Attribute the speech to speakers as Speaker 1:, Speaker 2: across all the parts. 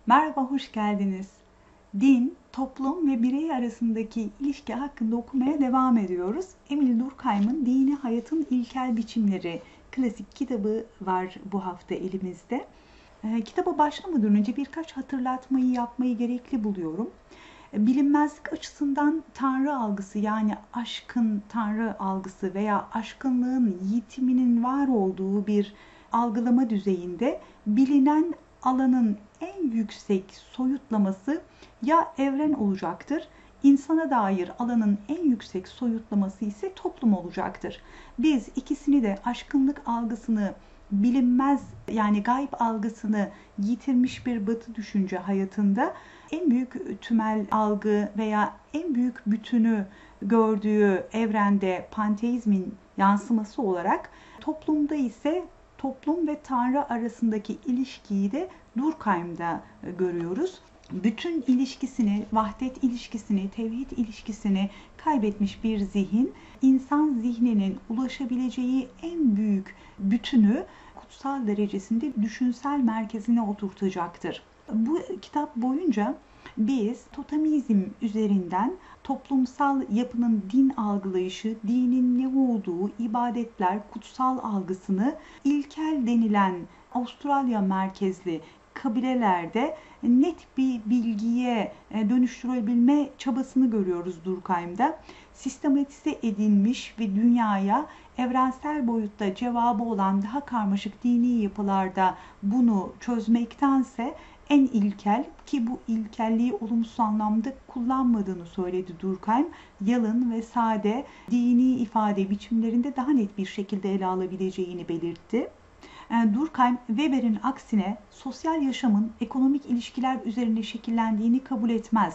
Speaker 1: Merhaba, hoş geldiniz. Din, toplum ve birey arasındaki ilişki hakkında okumaya devam ediyoruz. Emil Durkheim'ın Dini Hayatın İlkel Biçimleri klasik kitabı var bu hafta elimizde. Kitaba başlamadan önce birkaç hatırlatmayı yapmayı gerekli buluyorum. Bilinmezlik açısından tanrı algısı yani aşkın tanrı algısı veya aşkınlığın yitiminin var olduğu bir algılama düzeyinde bilinen alanın en yüksek soyutlaması ya evren olacaktır, insana dair alanın en yüksek soyutlaması ise toplum olacaktır. Biz ikisini de aşkınlık algısını bilinmez yani gayb algısını yitirmiş bir batı düşünce hayatında en büyük tümel algı veya en büyük bütünü gördüğü evrende panteizmin yansıması olarak toplumda ise toplum ve Tanrı arasındaki ilişkiyi de Durkheim'da görüyoruz. Bütün ilişkisini, vahdet ilişkisini, tevhid ilişkisini kaybetmiş bir zihin, insan zihninin ulaşabileceği en büyük bütünü kutsal derecesinde düşünsel merkezine oturtacaktır. Bu kitap boyunca biz totemizm üzerinden toplumsal yapının din algılayışı, dinin ne olduğu, ibadetler, kutsal algısını ilkel denilen Avustralya merkezli kabilelerde net bir bilgiye dönüştürebilme çabasını görüyoruz Durkheim'da. Sistematize edilmiş ve dünyaya evrensel boyutta cevabı olan daha karmaşık dini yapılarda bunu çözmektense en ilkel ki bu ilkelliği olumsuz anlamda kullanmadığını söyledi Durkheim, yalın ve sade dini ifade biçimlerinde daha net bir şekilde ele alabileceğini belirtti. Durkheim, Weber'in aksine sosyal yaşamın ekonomik ilişkiler üzerine şekillendiğini kabul etmez.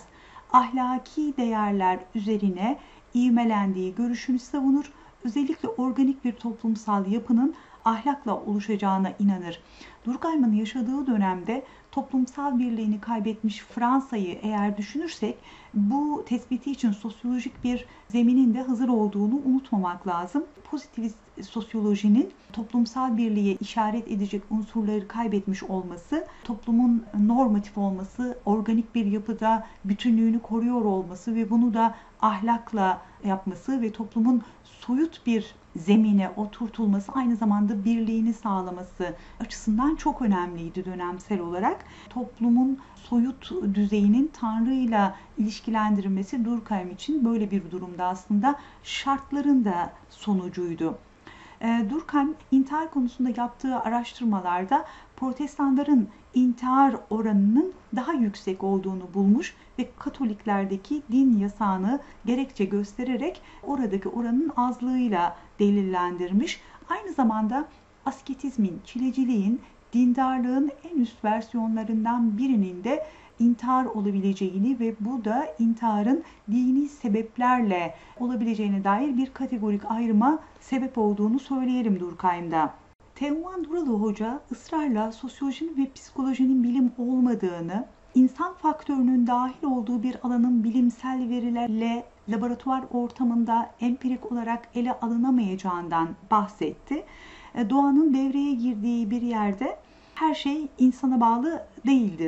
Speaker 1: Ahlaki değerler üzerine ivmelendiği görüşünü savunur. Özellikle organik bir toplumsal yapının ahlakla oluşacağına inanır. Durkheim'ın yaşadığı dönemde toplumsal birliğini kaybetmiş Fransa'yı eğer düşünürsek bu tespiti için sosyolojik bir zeminin de hazır olduğunu unutmamak lazım. Pozitivist sosyolojinin toplumsal birliğe işaret edecek unsurları kaybetmiş olması, toplumun normatif olması, organik bir yapıda bütünlüğünü koruyor olması ve bunu da ahlakla yapması ve toplumun soyut bir zemine oturtulması aynı zamanda birliğini sağlaması açısından çok önemliydi dönemsel olarak. Toplumun soyut düzeyinin Tanrı'yla ilişkilendirilmesi Durkheim için böyle bir durumda aslında şartların da sonucuydu. Durkheim intihar konusunda yaptığı araştırmalarda protestanların intihar oranının daha yüksek olduğunu bulmuş ve Katoliklerdeki din yasağını gerekçe göstererek oradaki oranın azlığıyla delillendirmiş. Aynı zamanda asketizmin, çileciliğin, dindarlığın en üst versiyonlarından birinin de intihar olabileceğini ve bu da intiharın dini sebeplerle olabileceğine dair bir kategorik ayrıma sebep olduğunu söyleyelim Durkheim'da. Teoman Duralı Hoca ısrarla sosyolojinin ve psikolojinin bilim olmadığını, insan faktörünün dahil olduğu bir alanın bilimsel verilerle laboratuvar ortamında empirik olarak ele alınamayacağından bahsetti. Doğanın devreye girdiği bir yerde her şey insana bağlı değildir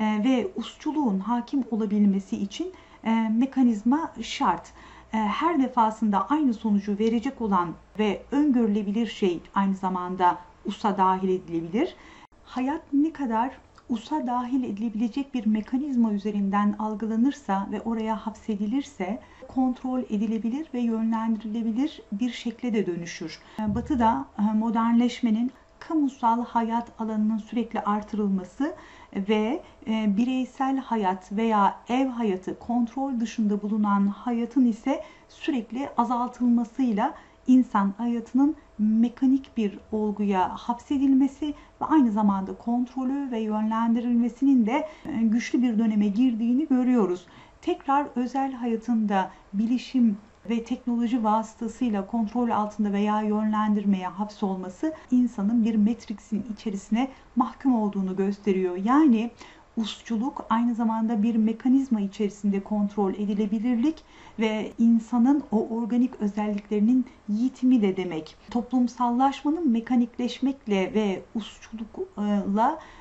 Speaker 1: ve usçuluğun hakim olabilmesi için mekanizma şart. Her defasında aynı sonucu verecek olan ve öngörülebilir şey aynı zamanda USA dahil edilebilir. Hayat ne kadar USA dahil edilebilecek bir mekanizma üzerinden algılanırsa ve oraya hapsedilirse kontrol edilebilir ve yönlendirilebilir bir şekle de dönüşür. Batı'da modernleşmenin kamusal hayat alanının sürekli artırılması ve bireysel hayat veya ev hayatı, kontrol dışında bulunan hayatın ise sürekli azaltılmasıyla insan hayatının mekanik bir olguya hapsedilmesi ve aynı zamanda kontrolü ve yönlendirilmesinin de güçlü bir döneme girdiğini görüyoruz. Tekrar özel hayatında bilişim ve teknoloji vasıtasıyla kontrol altında veya yönlendirmeye hapsolması insanın bir matrixin içerisine mahkum olduğunu gösteriyor. Yani usçuluk aynı zamanda bir mekanizma içerisinde kontrol edilebilirlik ve insanın o organik özelliklerinin yitimi de demek. Toplumsallaşmanın mekanikleşmekle ve usçulukla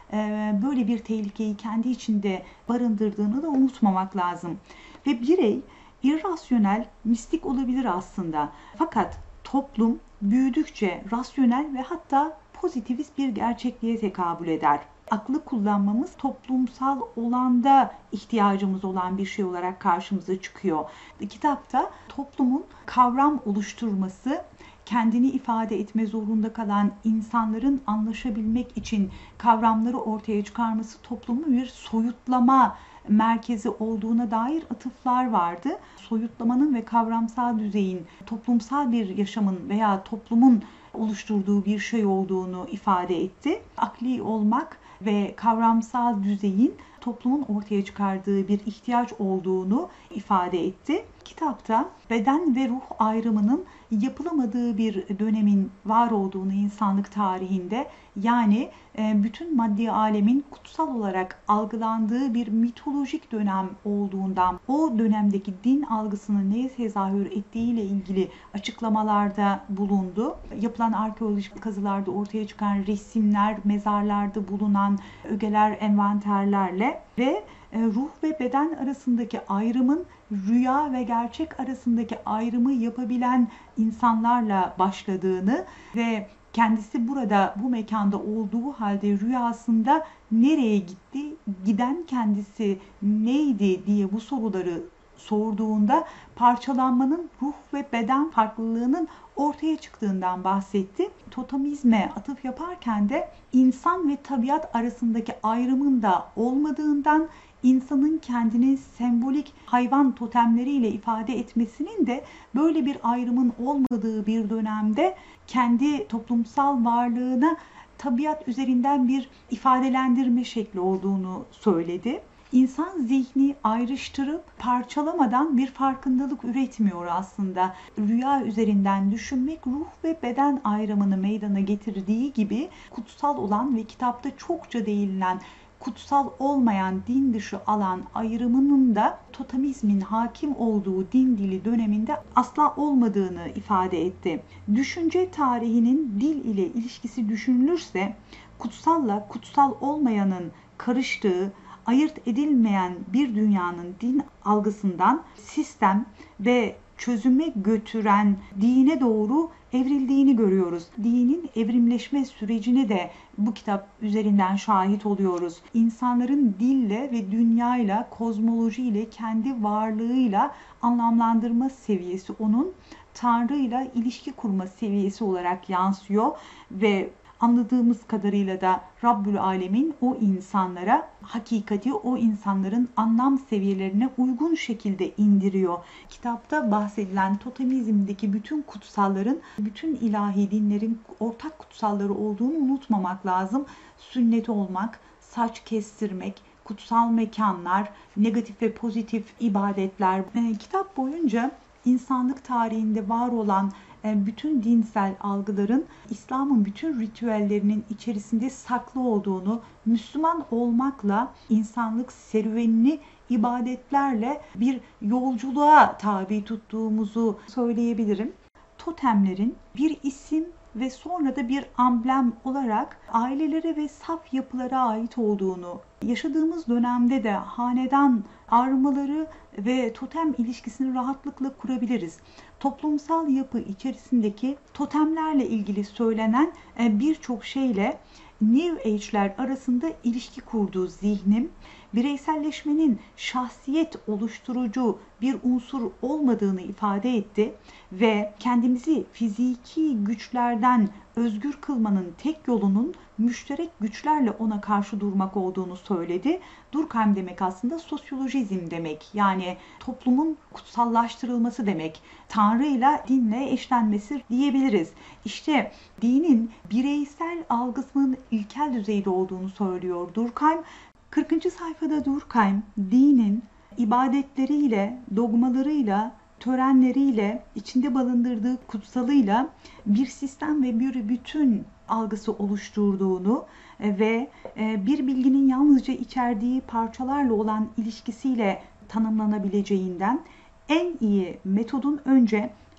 Speaker 1: böyle bir tehlikeyi kendi içinde barındırdığını da unutmamak lazım. Ve birey irrasyonel, mistik olabilir aslında. Fakat toplum büyüdükçe rasyonel ve hatta pozitivist bir gerçekliğe tekabül eder. Aklı kullanmamız toplumsal olanda ihtiyacımız olan bir şey olarak karşımıza çıkıyor. Kitapta toplumun kavram oluşturması, kendini ifade etme zorunda kalan insanların anlaşabilmek için kavramları ortaya çıkarması toplumu bir soyutlama merkezi olduğuna dair atıflar vardı. Soyutlamanın ve kavramsal düzeyin toplumsal bir yaşamın veya toplumun oluşturduğu bir şey olduğunu ifade etti. Akli olmak ve kavramsal düzeyin toplumun ortaya çıkardığı bir ihtiyaç olduğunu ifade etti. Kitapta beden ve ruh ayrımının yapılamadığı bir dönemin var olduğunu insanlık tarihinde, yani bütün maddi alemin kutsal olarak algılandığı bir mitolojik dönem olduğundan, o dönemdeki din algısının neye tezahür ettiğiyle ilgili açıklamalarda bulundu. Yapılan arkeolojik kazılarda ortaya çıkan resimler, mezarlarda bulunan ögeler, envanterlerle ve ruh ve beden arasındaki ayrımın rüya ve gerçek arasındaki ayrımı yapabilen insanlarla başladığını ve kendisi burada bu mekanda olduğu halde rüyasında nereye gitti, giden kendisi neydi diye bu soruları sorduğunda parçalanmanın ruh ve beden farklılığının ortaya çıktığından bahsetti. Totemizme atıf yaparken de insan ve tabiat arasındaki ayrımın da olmadığından, insanın kendini sembolik hayvan totemleriyle ifade etmesinin de böyle bir ayrımın olmadığı bir dönemde kendi toplumsal varlığına tabiat üzerinden bir ifadelendirme şekli olduğunu söyledi. İnsan zihni ayrıştırıp parçalamadan bir farkındalık üretmiyor aslında. Rüya üzerinden düşünmek ruh ve beden ayrımını meydana getirdiği gibi kutsal olan ve kitapta çokça değinilen kutsal olmayan din dışı alan ayrımının da totemizmin hakim olduğu din dili döneminde asla olmadığını ifade etti. Düşünce tarihinin dil ile ilişkisi düşünülürse kutsalla kutsal olmayanın karıştığı, ayırt edilmeyen bir dünyanın din algısından sistem ve çözüme götüren dine doğru evrildiğini görüyoruz. Dinin evrimleşme sürecine de bu kitap üzerinden şahit oluyoruz. İnsanların dille ve dünyayla, kozmolojiyle, kendi varlığıyla anlamlandırma seviyesi onun Tanrı'yla ilişki kurma seviyesi olarak yansıyor ve anladığımız kadarıyla da Rabbül Alemin o insanlara hakikati, o insanların anlam seviyelerine uygun şekilde indiriyor. Kitapta bahsedilen totemizmdeki bütün kutsalların, bütün ilahi dinlerin ortak kutsalları olduğunu unutmamak lazım. Sünnet olmak, saç kestirmek, kutsal mekanlar, negatif ve pozitif ibadetler. Kitap boyunca insanlık tarihinde var olan bütün dinsel algıların İslam'ın bütün ritüellerinin içerisinde saklı olduğunu, Müslüman olmakla insanlık serüvenini ibadetlerle bir yolculuğa tabi tuttuğumuzu söyleyebilirim. Totemlerin bir isim ve sonra da bir amblem olarak ailelere ve saf yapılara ait olduğunu, yaşadığımız dönemde de hanedan armaları ve totem ilişkisini rahatlıkla kurabiliriz. Toplumsal yapı içerisindeki totemlerle ilgili söylenen birçok şeyle New Age'ler arasında ilişki kurduğu zihnim, bireyselleşmenin şahsiyet oluşturucu bir unsur olmadığını ifade etti ve kendimizi fiziki güçlerden özgür kılmanın tek yolunun müşterek güçlerle ona karşı durmak olduğunu söyledi. Durkheim demek aslında sosyolojizm demek. Yani toplumun kutsallaştırılması demek. Tanrı ile dinle eşlenmesi diyebiliriz. İşte dinin bireysel algısının ilkel düzeyde olduğunu söylüyor Durkheim. 40. sayfada Durkheim dinin ibadetleriyle, dogmalarıyla, törenleriyle, içinde barındırdığı kutsalıyla bir sistem ve bir bütün algısı oluşturduğunu ve bir bilginin yalnızca içerdiği parçalarla olan ilişkisiyle tanımlanabileceğinden en iyi metodun önce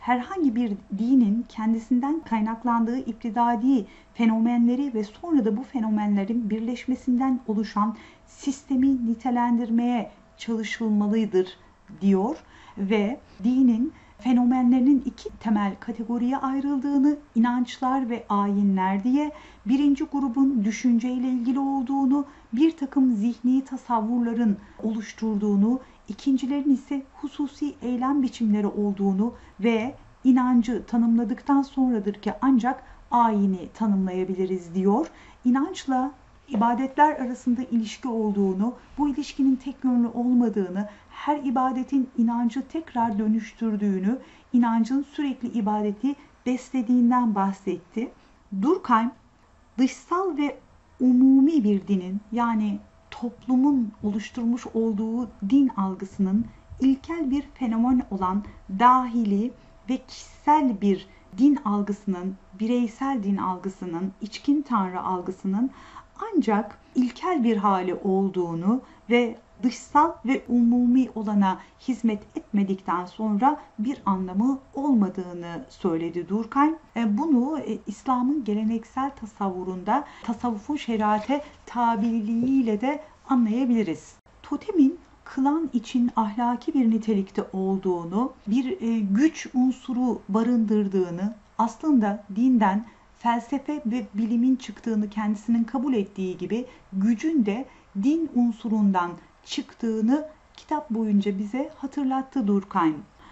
Speaker 1: herhangi bir dinin kendisinden kaynaklandığı iptidai fenomenleri ve sonra da bu fenomenlerin birleşmesinden oluşan sistemi nitelendirmeye çalışılmalıdır diyor ve dinin fenomenlerinin iki temel kategoriye ayrıldığını, inançlar ve ayinler diye, birinci grubun düşünceyle ilgili olduğunu, bir takım zihni tasavvurların oluşturduğunu, ikincilerin ise hususi eylem biçimleri olduğunu ve inancı tanımladıktan sonradır ki ancak ayini tanımlayabiliriz diyor. İnançla ibadetler arasında ilişki olduğunu, bu ilişkinin tek yönlü olmadığını, her ibadetin inancı tekrar dönüştürdüğünü, inancın sürekli ibadeti beslediğinden bahsetti. Durkheim, dışsal ve umumi bir dinin, yani toplumun oluşturmuş olduğu din algısının ilkel bir fenomen olan dahili ve kişisel bir din algısının, bireysel din algısının, içkin tanrı algısının ancak ilkel bir hali olduğunu ve dışsal ve umumi olana hizmet etmedikten sonra bir anlamı olmadığını söyledi Durkheim. Bunu İslam'ın geleneksel tasavvurunda tasavvufun şeriate tabirliğiyle de anlayabiliriz. Totemin klan için ahlaki bir nitelikte olduğunu, bir güç unsuru barındırdığını, aslında dinden felsefe ve bilimin çıktığını kendisinin kabul ettiği gibi gücün de din unsurundan çıktığını kitap boyunca bize hatırlattı Durkheim.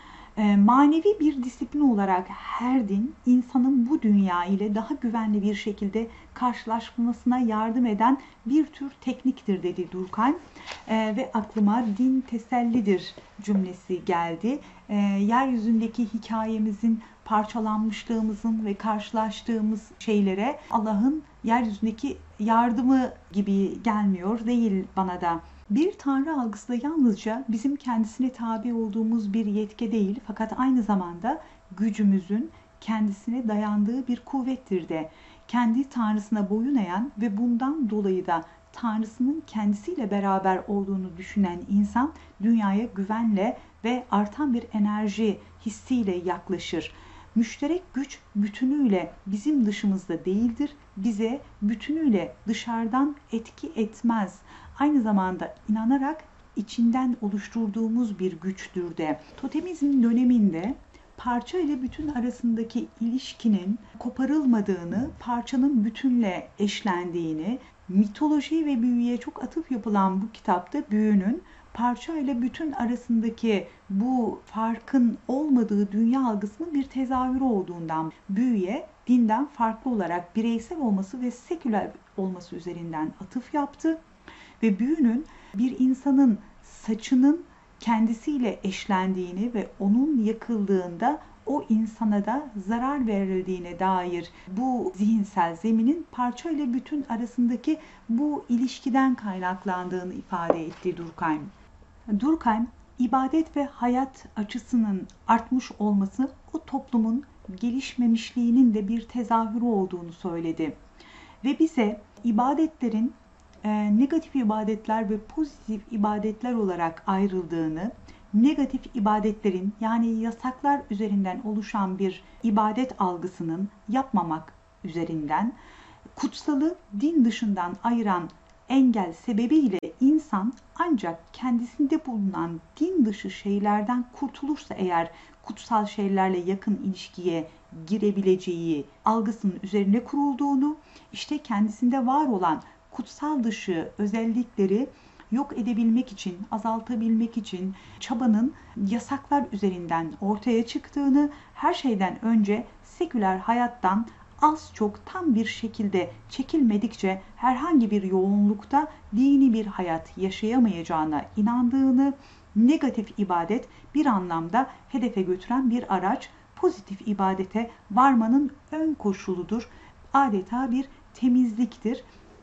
Speaker 1: Manevi bir disiplin olarak her din insanın bu dünya ile daha güvenli bir şekilde karşılaşmasına yardım eden bir tür tekniktir dedi Durkheim. Ve aklıma din tesellidir cümlesi geldi. Yeryüzündeki hikayemizin parçalanmışlığımızın ve karşılaştığımız şeylere Allah'ın yeryüzündeki yardımı gibi gelmiyor değil bana da. Bir tanrı algısı da yalnızca bizim kendisine tabi olduğumuz bir yetki değil, fakat aynı zamanda gücümüzün kendisine dayandığı bir kuvvettir de. Kendi tanrısına boyun eğen ve bundan dolayı da tanrısının kendisiyle beraber olduğunu düşünen insan dünyaya güvenle ve artan bir enerji hissiyle yaklaşır. Müşterek güç bütünüyle bizim dışımızda değildir. Bize bütünüyle dışarıdan etki etmez. Aynı zamanda inanarak içinden oluşturduğumuz bir güçtür de. Totemizm döneminde parça ile bütün arasındaki ilişkinin koparılmadığını, parçanın bütünle eşlendiğini, mitoloji ve büyüye çok atıf yapılan bu kitapta büyünün parça ile bütün arasındaki bu farkın olmadığı dünya algısının bir tezahürü olduğundan, büyüye dinden farklı olarak bireysel olması ve seküler olması üzerinden atıf yaptı ve büyünün bir insanın saçının kendisiyle eşlendiğini ve onun yakıldığında o insana da zarar verildiğine dair bu zihinsel zeminin parça ile bütün arasındaki bu ilişkiden kaynaklandığını ifade etti Durkheim. Durkheim, ibadet ve hayat açısının artmış olması o toplumun gelişmemişliğinin de bir tezahürü olduğunu söyledi. Ve bize ibadetlerin negatif ibadetler ve pozitif ibadetler olarak ayrıldığını, negatif ibadetlerin yani yasaklar üzerinden oluşan bir ibadet algısının yapmamak üzerinden, kutsalı din dışından ayıran engel sebebiyle insan ancak kendisinde bulunan din dışı şeylerden kurtulursa eğer kutsal şeylerle yakın ilişkiye girebileceği algısının üzerine kurulduğunu, işte kendisinde var olan kutsal dışı özellikleri yok edebilmek için, azaltabilmek için çabanın yasaklar üzerinden ortaya çıktığını, her şeyden önce seküler hayattan az çok tam bir şekilde çekilmedikçe herhangi bir yoğunlukta dini bir hayat yaşayamayacağına inandığını, negatif ibadet bir anlamda hedefe götüren bir araç, pozitif ibadete varmanın ön koşuludur. Adeta bir temizliktir.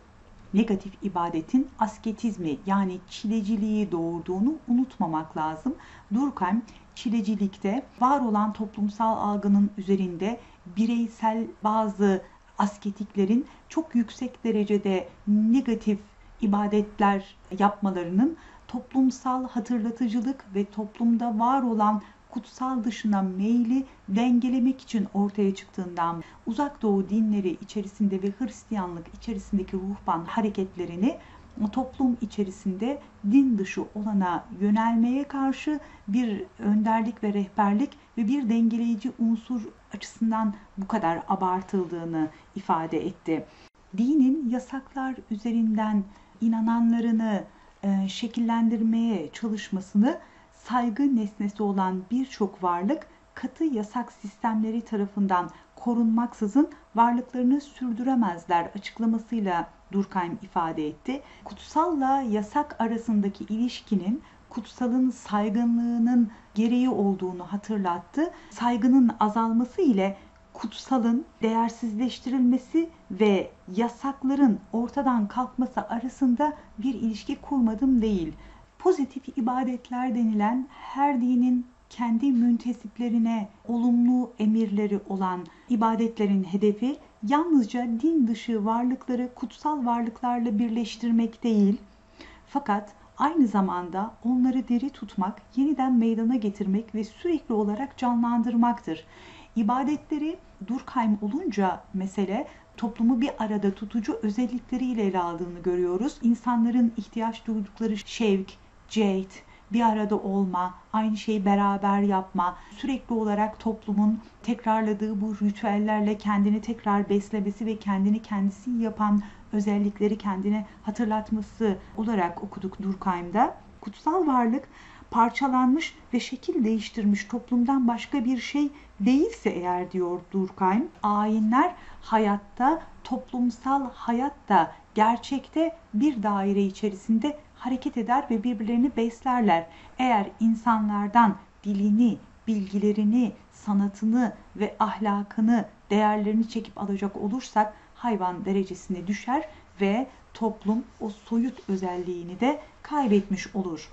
Speaker 1: Negatif ibadetin asketizmi yani çileciliği doğurduğunu unutmamak lazım. Durkheim çilecilikte var olan toplumsal algının üzerinde bireysel bazı asketiklerin çok yüksek derecede negatif ibadetler yapmalarının toplumsal hatırlatıcılık ve toplumda var olan kutsal dışına meyli dengelemek için ortaya çıktığından, Uzak Doğu dinleri içerisinde ve Hristiyanlık içerisindeki ruhban hareketlerini toplum içerisinde din dışı olana yönelmeye karşı bir önderlik ve rehberlik ve bir dengeleyici unsur açısından bu kadar abartıldığını ifade etti. Dinin yasaklar üzerinden inananlarını şekillendirmeye çalışmasını, saygı nesnesi olan birçok varlık katı yasak sistemleri tarafından korunmaksızın varlıklarını sürdüremezler açıklamasıyla Durkheim ifade etti. Kutsalla yasak arasındaki ilişkinin kutsalın saygınlığının gereği olduğunu hatırlattı. Saygının azalması ile kutsalın değersizleştirilmesi ve yasakların ortadan kalkması arasında bir ilişki kurmadım değil. Pozitif ibadetler denilen her dinin kendi müntesiplerine olumlu emirleri olan ibadetlerin hedefi yalnızca din dışı varlıkları kutsal varlıklarla birleştirmek değil, fakat aynı zamanda onları diri tutmak, yeniden meydana getirmek ve sürekli olarak canlandırmaktır. İbadetleri Durkheim olunca mesele toplumu bir arada tutucu özellikleriyle ele aldığını görüyoruz. İnsanların ihtiyaç duydukları şevk, cehd, bir arada olma, aynı şeyi beraber yapma, sürekli olarak toplumun tekrarladığı bu ritüellerle kendini tekrar beslemesi ve kendini kendisi yapan özellikleri kendine hatırlatması olarak okuduk Durkheim'da. Kutsal varlık parçalanmış ve şekil değiştirmiş toplumdan başka bir şey değilse eğer diyor Durkheim, ayinler hayatta, toplumsal hayatta, gerçekte bir daire içerisinde hareket eder ve birbirlerini beslerler. Eğer insanlardan dilini, bilgilerini, sanatını ve ahlakını, değerlerini çekip alacak olursak hayvan derecesine düşer ve toplum o soyut özelliğini de kaybetmiş olur.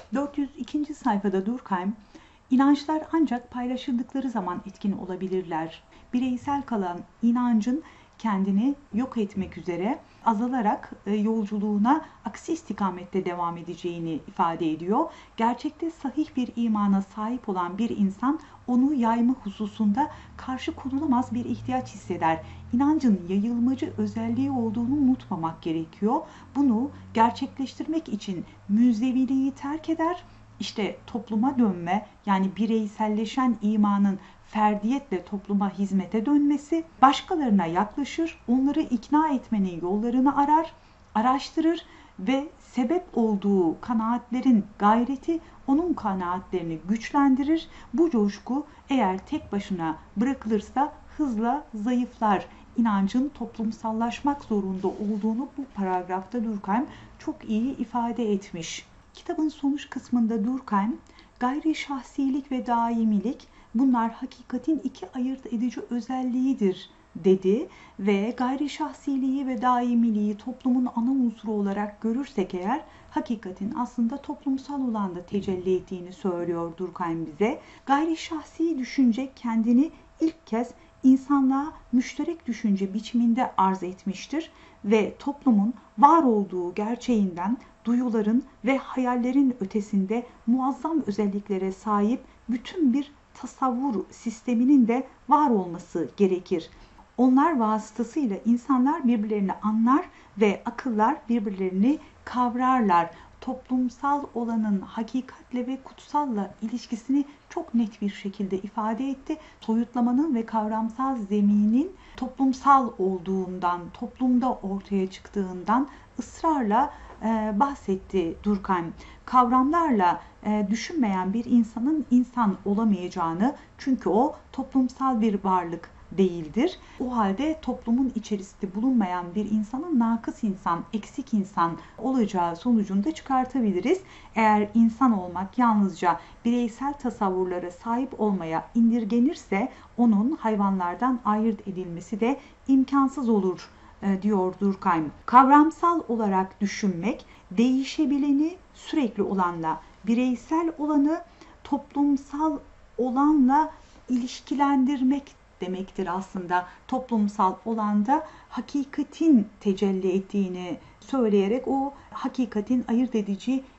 Speaker 1: 402. sayfada Durkheim, inançlar ancak paylaşıldıkları zaman etkin olabilirler. Bireysel kalan inancın kendini yok etmek üzere azalarak yolculuğuna aksi istikamette devam edeceğini ifade ediyor. Gerçekte sahih bir imana sahip olan bir insan onu yayma hususunda karşı konulamaz bir ihtiyaç hisseder. İnancın yayılmacı özelliği olduğunu unutmamak gerekiyor. Bunu gerçekleştirmek için müzeviliği terk eder. İşte topluma dönme, yani bireyselleşen imanın ferdiyetle topluma hizmete dönmesi, başkalarına yaklaşır, onları ikna etmenin yollarını arar, araştırır ve sebep olduğu kanaatlerin gayreti onun kanaatlerini güçlendirir. Bu coşku eğer tek başına bırakılırsa hızla zayıflar. İnancın toplumsallaşmak zorunda olduğunu bu paragrafta Durkheim çok iyi ifade etmiş. Kitabın sonuç kısmında Durkheim, gayri şahsilik ve daimilik bunlar hakikatin iki ayırt edici özelliğidir dedi ve gayri şahsiliği ve daimiliği toplumun ana unsuru olarak görürsek eğer hakikatin aslında toplumsal olanda tecelli ettiğini söylüyor Durkheim bize. Gayri şahsi düşünce kendini ilk kez insanlığa müşterek düşünce biçiminde arz etmiştir ve toplumun var olduğu gerçeğinden duyuların ve hayallerin ötesinde muazzam özelliklere sahip bütün bir tasavvur sisteminin de var olması gerekir. Onlar vasıtasıyla insanlar birbirlerini anlar ve akıllar birbirlerini kavrarlar. Toplumsal olanın hakikatle ve kutsalla ilişkisini çok net bir şekilde ifade etti. Soyutlamanın ve kavramsal zeminin toplumsal olduğundan, toplumda ortaya çıktığından ısrarla bahsetti Durkheim. Kavramlarla düşünmeyen bir insanın insan olamayacağını, çünkü o toplumsal bir varlık değildir. O halde toplumun içerisinde bulunmayan bir insanın nakıs insan, eksik insan olacağı sonucunda çıkartabiliriz. Eğer insan olmak yalnızca bireysel tasavvurlara sahip olmaya indirgenirse onun hayvanlardan ayırt edilmesi de imkansız olur diyor Durkheim. Kavramsal olarak düşünmek, değişebileni sürekli olanla, bireysel olanı toplumsal olanla ilişkilendirmek demektir aslında. Toplumsal olanda hakikatin tecelli ettiğini söyleyerek o hakikatin ayırt edici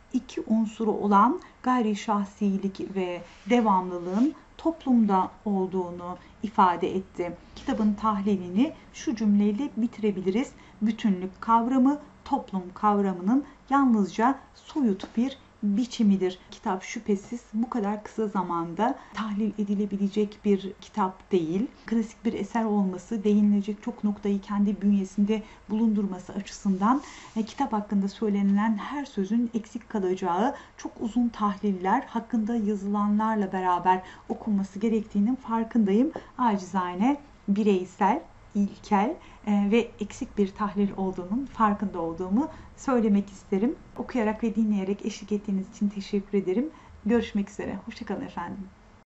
Speaker 1: iki unsuru olan gayri şahsilik ve devamlılığın toplumda olduğunu ifade etti. Kitabın tahlilini şu cümleyle bitirebiliriz. Bütünlük kavramı toplum kavramının yalnızca soyut bir biçimidir. Kitap şüphesiz bu kadar kısa zamanda tahlil edilebilecek bir kitap değil. Klasik bir eser olması, değinilecek çok noktayı kendi bünyesinde bulundurması açısından kitap hakkında söylenilen her sözün eksik kalacağı, çok uzun tahliller, hakkında yazılanlarla beraber okunması gerektiğinin farkındayım. Acizane, bireysel, ilkel ve eksik bir tahlil olduğunun farkında olduğumu söylemek isterim. Okuyarak ve dinleyerek eşlik ettiğiniz için teşekkür ederim. Görüşmek üzere. Hoşça kalın efendim.